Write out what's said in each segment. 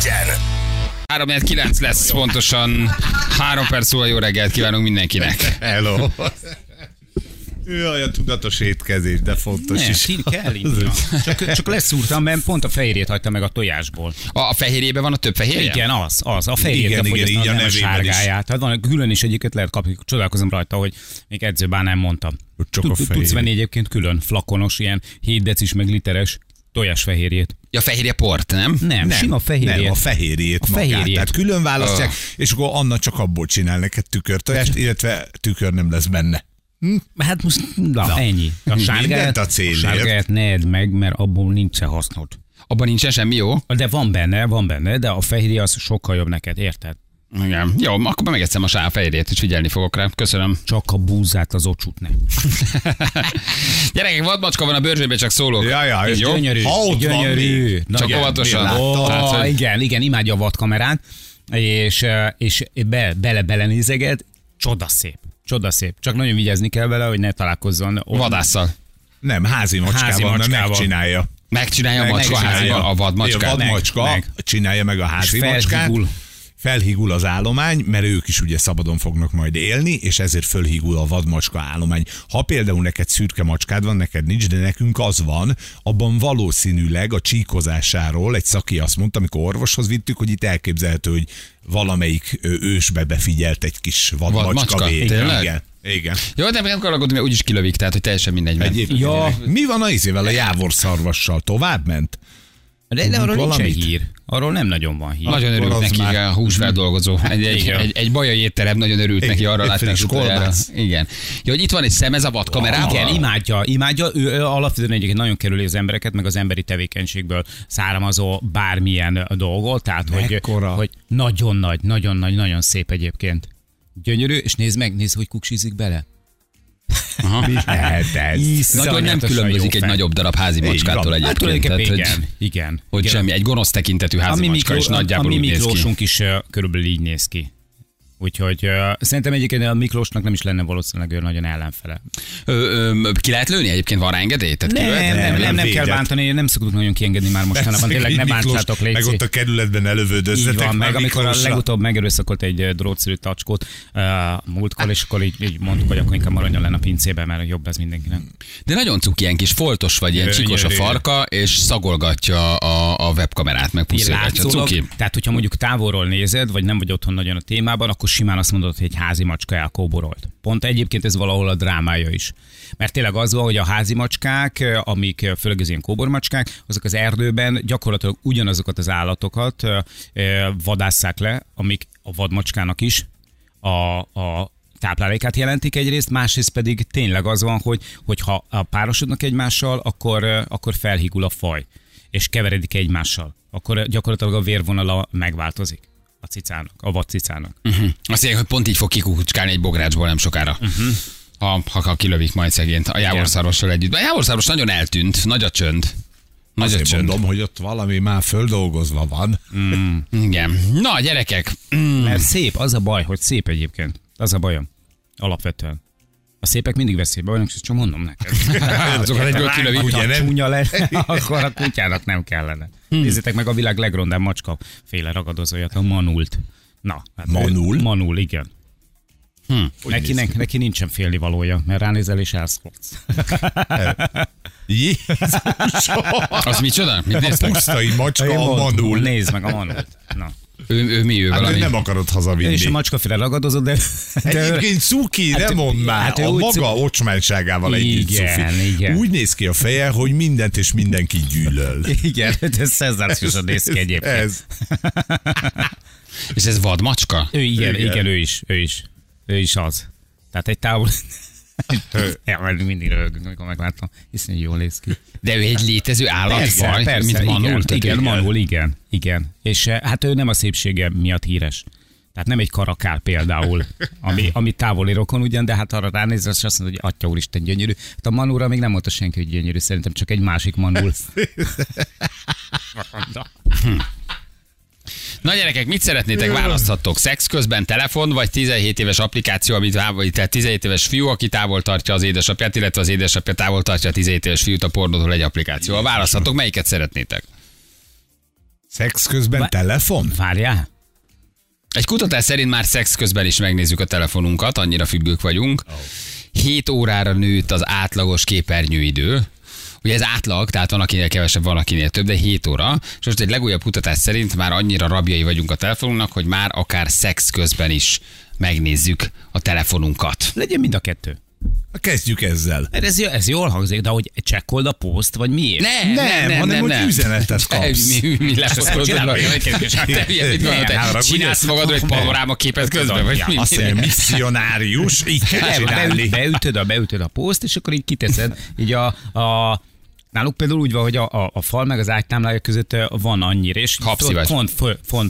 legyen! 3-9 lesz pontosan. 3 perc múlva jó reggelt kívánunk mindenkinek. Hello. Jaj, a tudatos étkezés, de fontos Nem, is. kell inni. Csak leszúrtam, mert pont a fehérjét hagyta meg a tojásból. A fehérjében van a több fehérje? Igen, az. A fehérjét Igen, így a nem a nevében sárgáját. Tehát van külön is egyiket lehet kapni. Csodálkozom rajta, hogy még edzőbár nem mondtam. Csak a Tudsz fehérje. venni egyébként külön flakonos, ilyen 7 decis meg literes tojásfehérjét. Ja, fehérje port, nem? Nem, sima fehérjét. Nem, a fehérjét A magát. fehérjét. Tehát külön választják, és akkor Anna csak abból csinál neked tükörtojást, illetve tükör nem lesz benne. Hát most, ennyi. A Mindent a célért. sárgáját ne edd meg, mert abból nincsen hasznod. Abban nincsen semmi jó? De van benne, de a fehérje az sokkal jobb neked, érted? Igen. Jó, akkor megeszem a fehérjét, és figyelni fogok rá. Köszönöm. Csak a búzát, az ocsút ne. Gyerekek, vadmacska van a bőrzsében, csak szólok. Ja, Jó? Gyönyörű, Ha ott van gyönyörű. még. Csak Nagyon. óvatosan. Ó, hogy- igen, imádja a vadkamerát, és belenézeget, csodaszép. Csak nagyon vigyázni kell vele, hogy ne találkozzon. Vadásszal. Nem, házi macskával, mert macskával. megcsinálja. Megcsinálja a macska Megcsinálja. háziban, a vadmacskát. A vadmacska Meg. csinálja meg a házi macskát. felhigul. Felhigul az állomány, mert ők is ugye szabadon fognak majd élni, és ezért fölhigul a vadmacska állomány. Ha például neked szürke macskád van, neked nincs, de nekünk az van, abban valószínűleg a csíkozásáról egy szaki azt mondta, amikor orvoshoz vittük, hogy itt elképzelhető, hogy valamelyik ősbe befigyelt egy kis vadmacska Vadmacska? vét. Tényleg? Igen. Jó, de nem kell aggódni, mert úgyis kilövik, tehát hogy teljesen mindegy. Mert... Egyébként. Ja. Mi van az izével, a jávorszarvassal? Tovább ment? De Tudunk arról nincsen valamit? hír. Arról nem nagyon van hír. Nagyon örült az neki már- a húsfeldolgozó. Egy bajai étterem nagyon örült Igen, neki, arra egy láttam friss utoljára. kolbász. Igen. Jó, hogy itt van egy szemez a vadkamerával. Igen, imádja. Ő alapvetően egyébként nagyon kerüli az embereket, meg az emberi tevékenységből származó bármilyen dolgot, tehát Mekkora? hogy nagyon nagy, nagyon szép egyébként. Gyönyörű, és nézd, hogy kuksizik bele. Aha. Lehet ez. Nagyon nem különbözik egy nagyobb darab házi macskától van. Hát egyébként. tulajdonképpen Tehát, hogy, igen. hogy Igen. semmi, egy gonosz tekintetű házi macska, és nagyjából a mi úgy néz ki. Miklósunk is körülbelül így néz ki. Úgyhogy szerintem egyébként a Miklósnak nem is lenne valószínűleg ő nagyon ellenfele. Ki lehet lőni egyébként? Van rá engedély? Tehát Nem kell védett. bántani, nem szoktuk nagyon kiengedni már mostanában. Tényleg ne bántsátok, Meg légy ott a kerületben így elövődözzetek. van, már meg amikor a Miklósra. legutóbb megerőszakolt egy drótszerű tacskót múltkor, és akkor így mondtuk, hogy akkor inkább maradjon lenne a pincében, mert jobb ez mindenkinek. De nagyon cuki, ilyen kis foltos vagy, ilyen csikos a farka, és szagolgatja a webkamerát, meg puszilgatja. Cuki. Tehát, hogyha mondjuk távolról nézed, vagy nem vagy otthon nagyon a témában, akkor simán azt mondod, hogy egy házi macska elkóborolt. Pont egyébként ez valahol a drámája is. Mert tényleg az van, hogy a házi macskák, amik főleg az ilyen kóbormacskák, azok az erdőben gyakorlatilag ugyanazokat az állatokat vadásszák le, amik a vadmacskának is a táplálékát jelentik egyrészt, másrészt pedig tényleg az van, hogy ha párosodnak egymással, akkor felhigul a faj, és keveredik egymással. Akkor gyakorlatilag a vérvonala megváltozik a cicának, a vadcicának. Azt mondják, hogy pont így fog kikucskálni egy bográcsból nem sokára. Ha kilövik majd szegényt a jávorszarvassal együtt. A jávorszarvas nagyon eltűnt, nagy a csönd. Nagy a Azért csönd. mondom, hogy ott valami már földolgozva van. Igen. Na, gyerekek. Mert szép, az a baj, hogy szép egyébként. Az a bajom. Alapvetően. A szépek mindig veszélybe vannak, és csak mondom neked. Azokat egyből kilövik. Ugye nem? csúnya lesz, akkor a kutyának nem kellene. Nézzétek meg a világ legrondább macska féle ragadozóját, a manult. Na, hát Manul? Manul, igen. Neki nincsen félnivalója, mert ránézel és elszólsz. Jézusom! Az micsoda? Mit A néztek? pusztai macska a manul. Nézd meg a manult. Na. Ő mi ő Hát ő valami? nem akarod Ő hazavinni. is a macskaféle ragadozó, de Egyébként cuki, Hát nem mondd már. hát ő A úgy maga ocsmányságával együtt Igen, cufi. igen. Úgy néz ki a feje, hogy mindent és mindenki gyűlöl. igen, ez szenzációsan néz ki egyébként. Ez. És ez vadmacska? Ő Igen. igen, ő is az. Tehát egy távol... Ja, majd mindig röhögünk, amikor meglátom, hiszen jól néz ki. De ő egy létező állatfaj, mint manul? Igen, manul, igen. És hát ő nem a szépsége miatt híres. Tehát nem egy karakál például, ami távoli rokon ugyan, de hát arra ránézel, és azt mondod, hogy atya úristen gyönyörű. Hát a manulra még nem mondta senki, hogy gyönyörű, szerintem csak egy másik manul. Na gyerekek, mit szeretnétek? Választhattok. Szex közben telefon, vagy 17 éves applikáció, amit tehát 17 éves fiú, aki távol tartja az édesapját, illetve az édesapja távol tartja a 17 éves fiút a pornótól egy applicióval. Választhattok, melyiket szeretnétek? Szex közben telefon? Várjál. Egy kutatás szerint már szex közben is megnézzük a telefonunkat, annyira függők vagyunk. 7 órára nőtt az átlagos képernyőidő. Ugye ez átlag, tehát van akinél kevesebb, van akinél több, de 7 óra. És most egy legújabb kutatás szerint már annyira rabjai vagyunk a telefonunknak, hogy már akár szex közben is megnézzük a telefonunkat. Legyen mind a kettő. Kezdjük ezzel. Ez jól hangzik, de hogy csekkold a poszt, vagy miért? Nem, hogy üzenetet kapsz. Mi lefosztod? Csinálsz magadról egy panoráma képet közben? Vagy mi? Azt mondja, misszionárius, így kell csinálni. Beütöd a poszt, és akkor így kiteszed. Így náluk például úgy van, hogy a fal meg az ágytámlája között van annyira, és Habszivacs. Font.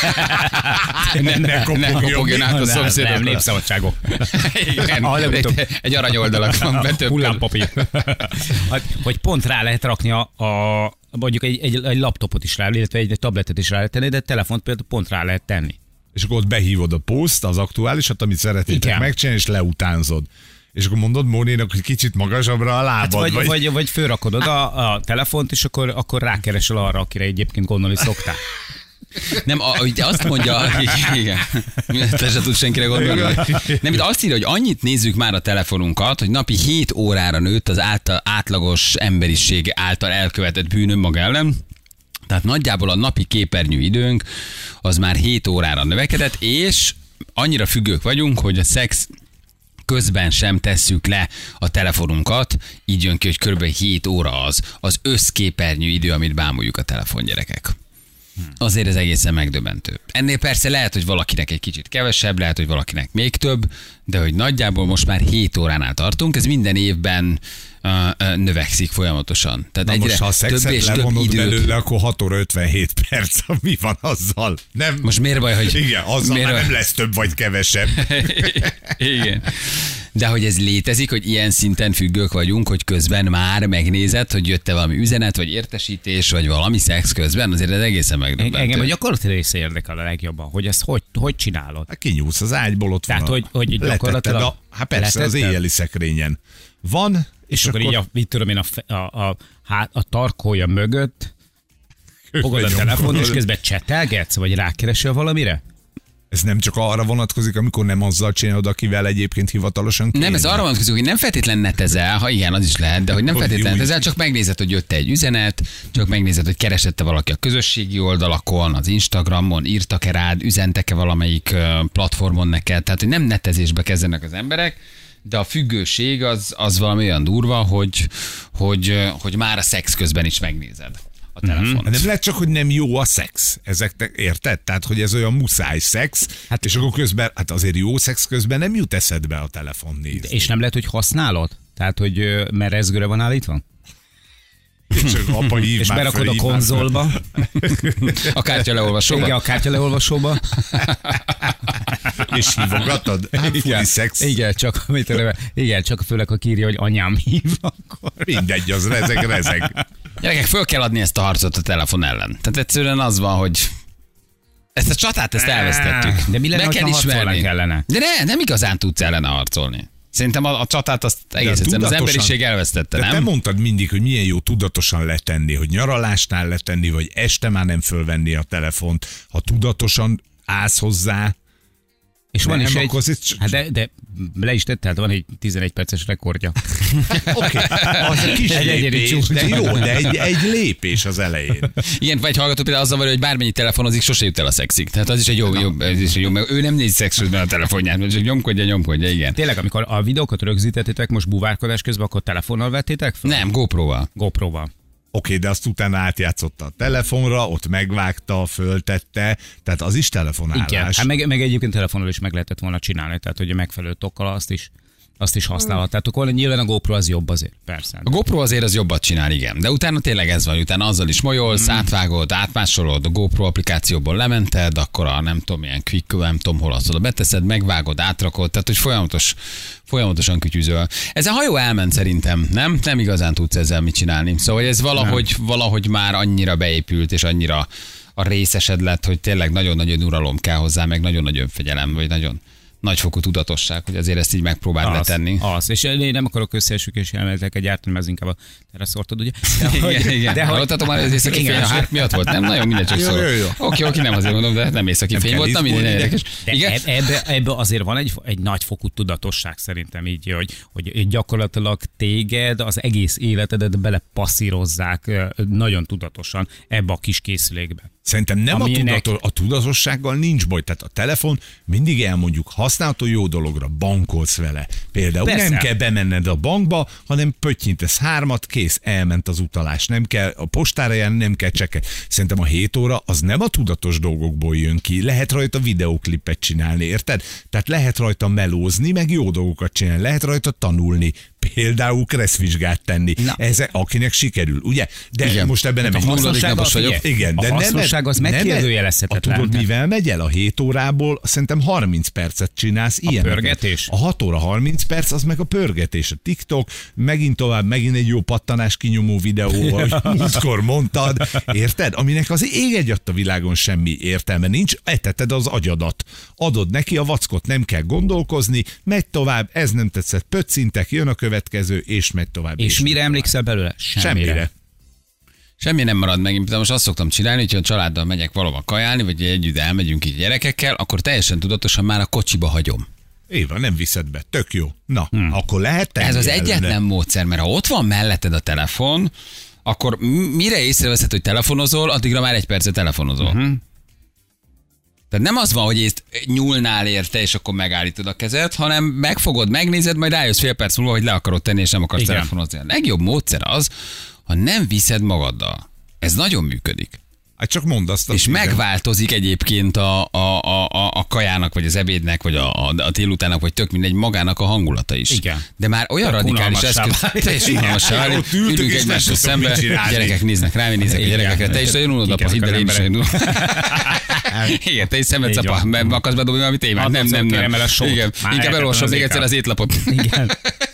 Ne kopogjon át a szomszédokra. Nem, népszabadságok. Egy aranyoldalak van betöbb. Hullámpapír. Hogy pont rá lehet rakni mondjuk egy laptopot is rá, illetve egy tabletet is rá lehet tenni, de telefont például pont rá lehet tenni. És akkor ott behívod a poszt, az aktuálisat, amit szeretnétek megcsinálni, és leutánzod. És akkor mondod Mónénak, hogy kicsit magasabbra a lábad. Vagy fölrakodod a telefont, és akkor rákeresel arra, akire egyébként gondolni szoktál. Nem, ugye azt mondja, igen, te se tudsz senkire gondolni. Nem, de azt írja, hogy annyit nézzük már a telefonunkat, hogy napi 7 órára nőtt az átlagos emberiség által elkövetett bűn önmaga ellen. Tehát nagyjából a napi képernyőidőnk az már 7 órára növekedett, és annyira függők vagyunk, hogy a szex közben sem tesszük le a telefonunkat, így jön ki, hogy kb. 7 óra az összképernyőidő, amit bámuljuk a telefon, gyerekek. Azért ez egészen megdöbbentő. Ennél persze lehet, hogy valakinek egy kicsit kevesebb, lehet, hogy valakinek még több, de hogy nagyjából most már 7 óránál tartunk, ez minden évben növekszik folyamatosan. Tehát egyre most, ha a szexet levonod belőle, akkor 6 óra 57 perc. Mi van azzal? Nem? Most miért baj, hogy... Igen, azzal már nem lesz több vagy kevesebb. Igen. De hogy ez létezik, hogy ilyen szinten függők vagyunk, hogy közben már megnézed, hogy jött-e valami üzenet, vagy értesítés, vagy valami szex közben, azért ez egészen megdöbbentő. Engem a gyakorlati része érdekel a legjobban, hogy ezt hogy csinálod. Hát kinyúlsz az ágyból, ott tehát, van. Hogy gyakorlatilag... Hát persze, az éjjeli szekrényen van, és akkor így a tarkója mögött fogod a telefon, és közben csetelgetsz, vagy rákeresel valamire? Ez nem csak arra vonatkozik, amikor nem azzal csinálod, akivel egyébként hivatalosan kéne. Nem, ez arra vonatkozik, hogy nem feltétlen netezel, ha igen, az is lehet, de hogy nem feltétlen netezel, csak megnézed, hogy jött egy üzenet, csak megnézed, hogy keresette valaki a közösségi oldalakon, az Instagramon, írtak-e rád, üzentek-e valamelyik platformon neked, tehát hogy nem netezésbe kezdenek az emberek, de a függőség az valami olyan durva, hogy már a szex közben is megnézed a telefont. Nem lehet csak, hogy nem jó a szex. Ezeknek, érted? Tehát, hogy ez olyan muszáj szex, hát, és akkor közben, hát azért jó szex közben nem jut eszedbe a telefon nézni. És nem lehet, hogy használod? Tehát, hogy mert rezgőre van állítva? És apa hív és már berakod föl, a konzolba. A kártya leolvasóba. Igen, a kártya leolvasóba. És hívogatod? Igen, szex. Igen, csak főleg, ha írja, hogy anyám hív, akkor... Mindegy, az rezeg. Gyerekek, föl kell adni ezt a harcot a telefon ellen. Tehát egyszerűen az van, hogy ezt a csatát elvesztettük. De mi lenne, kell ismerni kellene? De nem igazán tudsz ellene harcolni. Szerintem a csatát azt egész egyszerűen az emberiség elvesztette, de nem? te mondtad mindig, hogy milyen jó tudatosan letenni, hogy nyaralásnál letenni, vagy este már nem fölvenni a telefont, ha tudatosan állsz hozzá. És van is egy... de le is tett, tehát van egy 11 perces rekordja. Oké, az egy kis lépés, de jó, de egy lépés az elején. Igen, vagy hallgató például azzal van, hogy bármennyi telefonozik, sose jut el a szexig. Tehát az is egy jó, mert ő nem néz szexről a telefonját, csak nyomkodja, igen. Tényleg, amikor a videókat rögzítettétek most buvárkodás közben, akkor telefonnal vettétek fel? Nem, GoPro-val. Oké, de azt utána átjátszotta a telefonra, ott megvágta, föltette, tehát az is telefonálás. Igen, hát meg egyébként telefonról is meg lehetett volna csinálni, tehát hogy a megfelelő tokkal azt is használhattátok volna. Nyilván a GoPro az jobb azért, persze. A GoPro azért az jobbat csinál, igen. De utána tényleg ez van, utána azzal is molyolsz, átvágod, átmásolod, a GoPro applikációból lemented, akkor a nem tudom, ilyen quick, nem tudom hol azt oda beteszed, megvágod, átrakod, tehát hogy folyamatosan kütyűzöl. Ez a hajó elment szerintem, nem? Nem igazán tudsz ezzel mit csinálni. Szóval ez valahogy már annyira beépült, és annyira a részesed lett, hogy tényleg nagyon-nagyon uralom kell hozzá, meg nagyon-nagyon fegyelem, vagy nagyon nagyfokú tudatosság, hogy azért ezt így megpróbáld letenni. Az, és én nem akarok összeesküvés elméleteket gyártani, mert ez inkább a teraszortod, ugye? Igen. Hallottatok már, hogy az északi fény a hát miatt volt? Nem nagyon mindegy, csak szól. Oké, nem azért mondom, de nem északi fény volt, nem minden érdekes. Ebbe azért van egy nagyfokú tudatosság szerintem így, hogy gyakorlatilag téged, az egész életedet belepasszírozzák nagyon tudatosan ebbe a kis készülékbe. Szerintem nem a tudatossággal nincs baj. Tehát a telefon mindig elmondjuk, használható jó dologra, bankolsz vele. Például Persze. nem kell bemenned a bankba, hanem pöttyintesz 3, kész, elment az utalás. Nem kell a postára járni, nem kell csekkelni. Szerintem a 7 óra az nem a tudatos dolgokból jön ki. Lehet rajta videóklipet csinálni, érted? Tehát lehet rajta melózni, meg jó dolgokat csinálni. Lehet rajta tanulni. Például kresszvizsgát tenni. Ez akinek sikerül, ugye? De igen. Most ebben nem egy hasznosság vagyok. Igen, a de hasznosság az megkérdőjelezhetetlen. Tudod, mivel megy el a 7 órából? Szerintem 30 percet csinálsz ilyen. A pörgetés? A 6 óra 30 perc, az meg a pörgetés. A TikTok, megint tovább, megint egy jó pattanás kinyomó videó, ahogy múltkor mondtad, érted? Aminek az ég egyadt a világon semmi értelme nincs, eteted az agyadat. Adod neki a vackot, nem kell gondolkozni, megy tovább, ez nem tetszett, pöccintek, jön a következő, és megy tovább. És mire emlékszel belőle? Semmire. Semmi nem marad meg. De most azt szoktam csinálni, hogyha a családdal megyek valahova kajálni, vagy együtt elmegyünk így gyerekekkel, akkor teljesen tudatosan már a kocsiba hagyom. Éva, nem viszed be. Tök jó. Na, akkor lehet tenni Ez az ellene. egyetlen módszer, mert ha ott van melletted a telefon, akkor mire észreveszed, hogy telefonozol, addigra már 1 percet telefonozol. Tehát nem az van, hogy ezt nyúlnál érte, és akkor megállítod a kezed, hanem megfogod, megnézed, majd rájössz fél perc múlva, hogy le akarod tenni, és nem akarsz telefonozni. A legjobb módszer az, ha nem viszed magaddal. Ez nagyon működik. Hát csak mondd azt. És megváltozik egyébként a kajának, vagy az ebédnek, vagy a délutának, vagy tök mindegy, magának a hangulata is. Igen. De már olyan radikális eszköz, teljesen unalmassá válik, ülünk egymással szembe, gyerekek néznek rám, én nézek a gyerekekre, te is nagyon unod apa, hidd el, én is nagyon unod. Igen, te is szemedsz apa, akarsz bedobni valami témát? Nem. Igen, inkább elolvasom még egyszer az étlapot. Igen.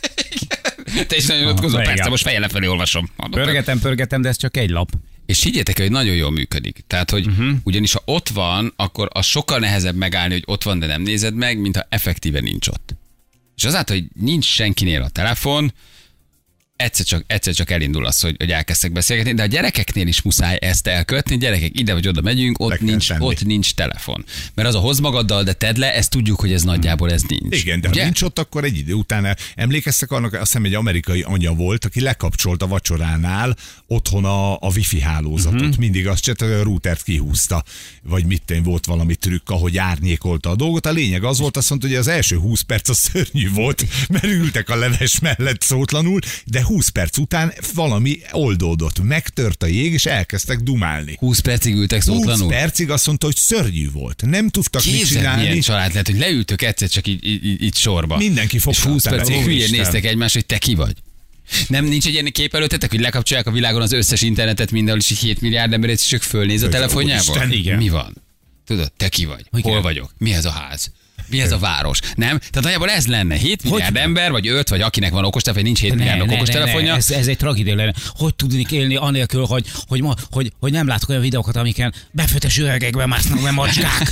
Te is nagyon unatkozol, persze, most fejjel lefelé olvasom. Pörgetem, de ez csak egy lap. És higgyétek, hogy nagyon jól működik. Tehát, hogy ugyanis ha ott van, akkor az sokkal nehezebb megállni, hogy ott van, de nem nézed meg, mint ha effektíven nincs ott. És azáltal, hogy nincs senkinél a telefon, egyszer csak elindul az, hogy elkezdtek beszélgetni, de a gyerekeknél is muszáj ezt elkövetni, gyerekek, ide vagy oda megyünk, ott nincs telefon. Mert az a hoz magaddal, de tedd le, ezt tudjuk, hogy ez nagyjából ez nincs. Igen, de ha nincs ott, akkor egy idő után emlékeztek annak, azt hiszem egy amerikai anya volt, aki lekapcsolt a vacsoránál otthon a wifi hálózatot. Mindig azt csinált, hogy a routert kihúzta, vagy volt valami trükk, ahogy árnyékolta a dolgot. A lényeg az volt, azt mondta, hogy az első 20 perc az szörnyű volt, mert ültek a leves mellett szótlanul, de 20 perc után valami oldódott, megtört a jég, és elkezdtek dumálni. 20 percig ültek szótlanul? 20 percig azt mondta, hogy szörnyű volt. Nem tudtak mit csinálni. Milyen család lehet, hogy leültök egyszer csak így sorba. Mindenki fogta. És 20 percig hülyén néztek egymást, hogy te ki vagy. Nem, nincs egy ilyen kép előttetek, hogy lekapcsolják a világon az összes internetet mindenhol, és 7 milliárd ember és csak fölnéz a telefonjából? Igen. Mi van? Tudod, te ki vagy? Igen. Hol vagyok? Mi ez a ház? Mi ez a város? Nem? Tehát nagyjából ez lenne. 7 milliárd ember, vagy 5, vagy akinek van okostelefon, vagy nincs 7 milliárd okostelefonja. Ez egy tragédia lenne. Hogy tudnék élni anélkül, hogy nem látok olyan videókat, amiken befőttes üvegekbe másznak be macskák.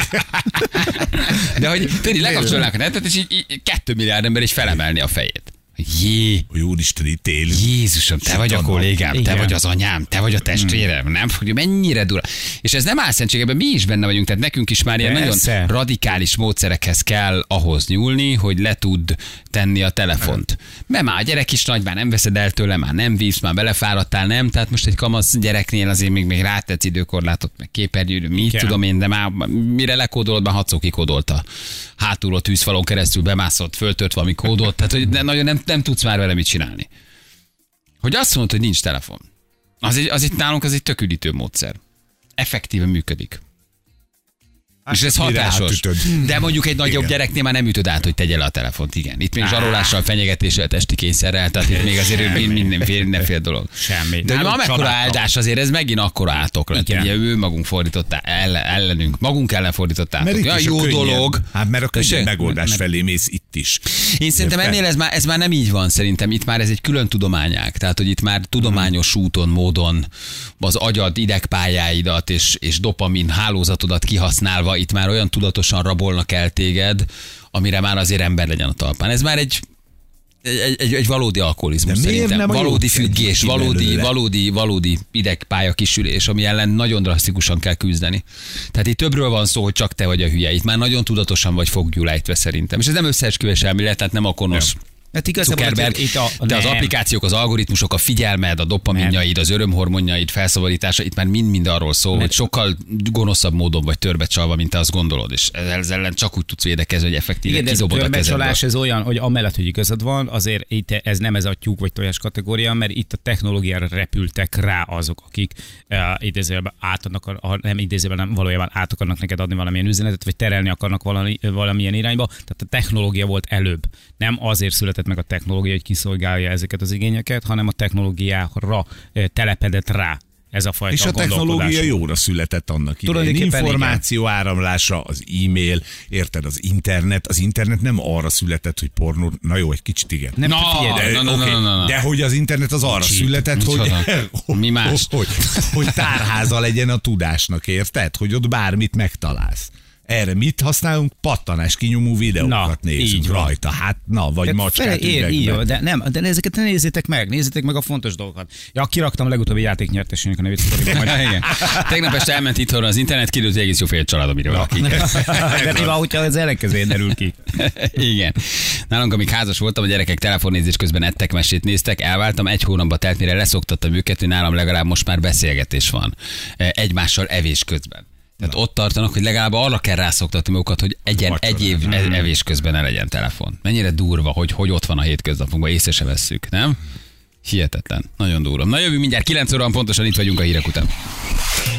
De hogy tényleg lekapcsolnák a netet, és így 2 milliárd ember is felemelni a fejét. Úristen, itt élünk. Jézusom, te vagy a kollégám, te Igen. vagy az anyám, te vagy a testvérem, nem fogjuk, mennyire durva. És ez nem álszentségeben, mi is benne vagyunk, tehát nekünk is már ilyen nagyon radikális módszerekhez kell ahhoz nyúlni, hogy le tud tenni a telefont. Mert már a gyerek is nagy, már nem veszed el tőle, már nem vívsz, már belefáradtál, nem, tehát most egy kamasz gyereknél azért még rátetsz időkorlátot, meg képernyőt, mit tudom én, de már mire lekódolod, már 6 kikódolta. Hátulról tűzfalon keresztül bemászott, föltört valami kódot, tehát hogy nagyon nem tudsz már vele mit csinálni. Hogy azt mondod, hogy nincs telefon. Az itt nálunk az egy tök üdítő módszer. Effektíven működik. És ez hatásos. De mondjuk egy nagyobb gyereknél már nem ütöd át, hogy tegye le a telefont. Igen. Itt még zsarolással, fenyegetéssel, testi kényszerrel, tehát itt még azért mindenféle dolog. Semmi. De amekkora áldás azért, ez megint akkora átok lett. Ugye ő magunk fordította ellenünk. Magunk ellen fordítottátok. Ja, jó dolog. Hát mert a könnyebb megoldás felé mész itt is. Én szerintem ennél ez már nem így van szerintem. Itt már ez egy külön tudományág. Tehát, hogy itt már tudományos úton, módon az agyad idegpályáidat és dopamin hálózatodat kihasználva itt már olyan tudatosan rabolnak el téged, amire már azért ember legyen a talpán. Ez már egy valódi alkoholizmus szerintem. Valódi függés, valódi idegpálya kisülés, ami ellen nagyon drasztikusan kell küzdeni. Tehát itt többről van szó, hogy csak te vagy a hülye. Itt már nagyon tudatosan vagy foglyul ejtve szerintem. És ez nem összeesküvés elmélet, tehát nem a konosz. Hát igazából Zuckerberg, de az applikációk, az algoritmusok, a figyelmed, a dopaminjaid, az örömhormonjaid felszabadítása, itt már mind arról szól, hogy sokkal gonoszabb módon vagy törbecsalva, mint te azt gondolod, és ezzel ellen csak úgy tudsz védekezni, hogy effektíve kidobod a kezedből. Törbecsalás ez olyan, hogy amellett, hogy igazad van, azért itt ez nem ez a tyúk vagy tojás kategória, mert itt a technológiára repültek rá azok, akik idézőjelben átadnak, nem idézőjelben, nem valójában át akarnak neked adni valamilyen üzenetet, vagy terelni akarnak valamilyen irányba. Tehát a technológia volt előbb. Nem azért született meg a technológia, hogy kiszolgálja ezeket az igényeket, hanem a technológiára telepedett rá ez a fajta és a technológia jóra született annak idején. Információ áramlása, az e-mail, érted, az internet nem arra született, hogy pornó, na jó, egy kicsit igen. Nem, de hogy az internet az arra született, hogy mi más? Hogy tárháza legyen a tudásnak, érted? Hogy ott bármit megtalálsz. Erre mit használunk? Pattanás kinyomó videókat nézünk rajta. Hát vagy macskát üvegben. De ezeket ne nézzétek meg a fontos dolgokat. Ja, kiraktam a legutóbbi játéknyertesének a nevét. Igen. Tegnap este elment itthonra az internet, kiderült, hogy egész jó fél család, amiről lakik. De mi van, hogyha az ellenkezőjén derül ki? Igen. Nálunk, amíg házas voltam, a gyerekek telefonnézés közben ettek, mesét néztek, elváltam, 1 hónapba telt, mire leszoktattam őket, hogy nálam legalább most már beszélgetés van. Egymással evés közben. Tehát ott tartanak, hogy legalább arra kell rászoktatni magukat, hogy egy év evés közben ne legyen telefon. Mennyire durva, hogy ott van a hétköznapunkban, észre se vesszük, nem? Hihetetlen. Nagyon durva. Na jövünk mindjárt 9 óra, pontosan itt vagyunk a hírek után.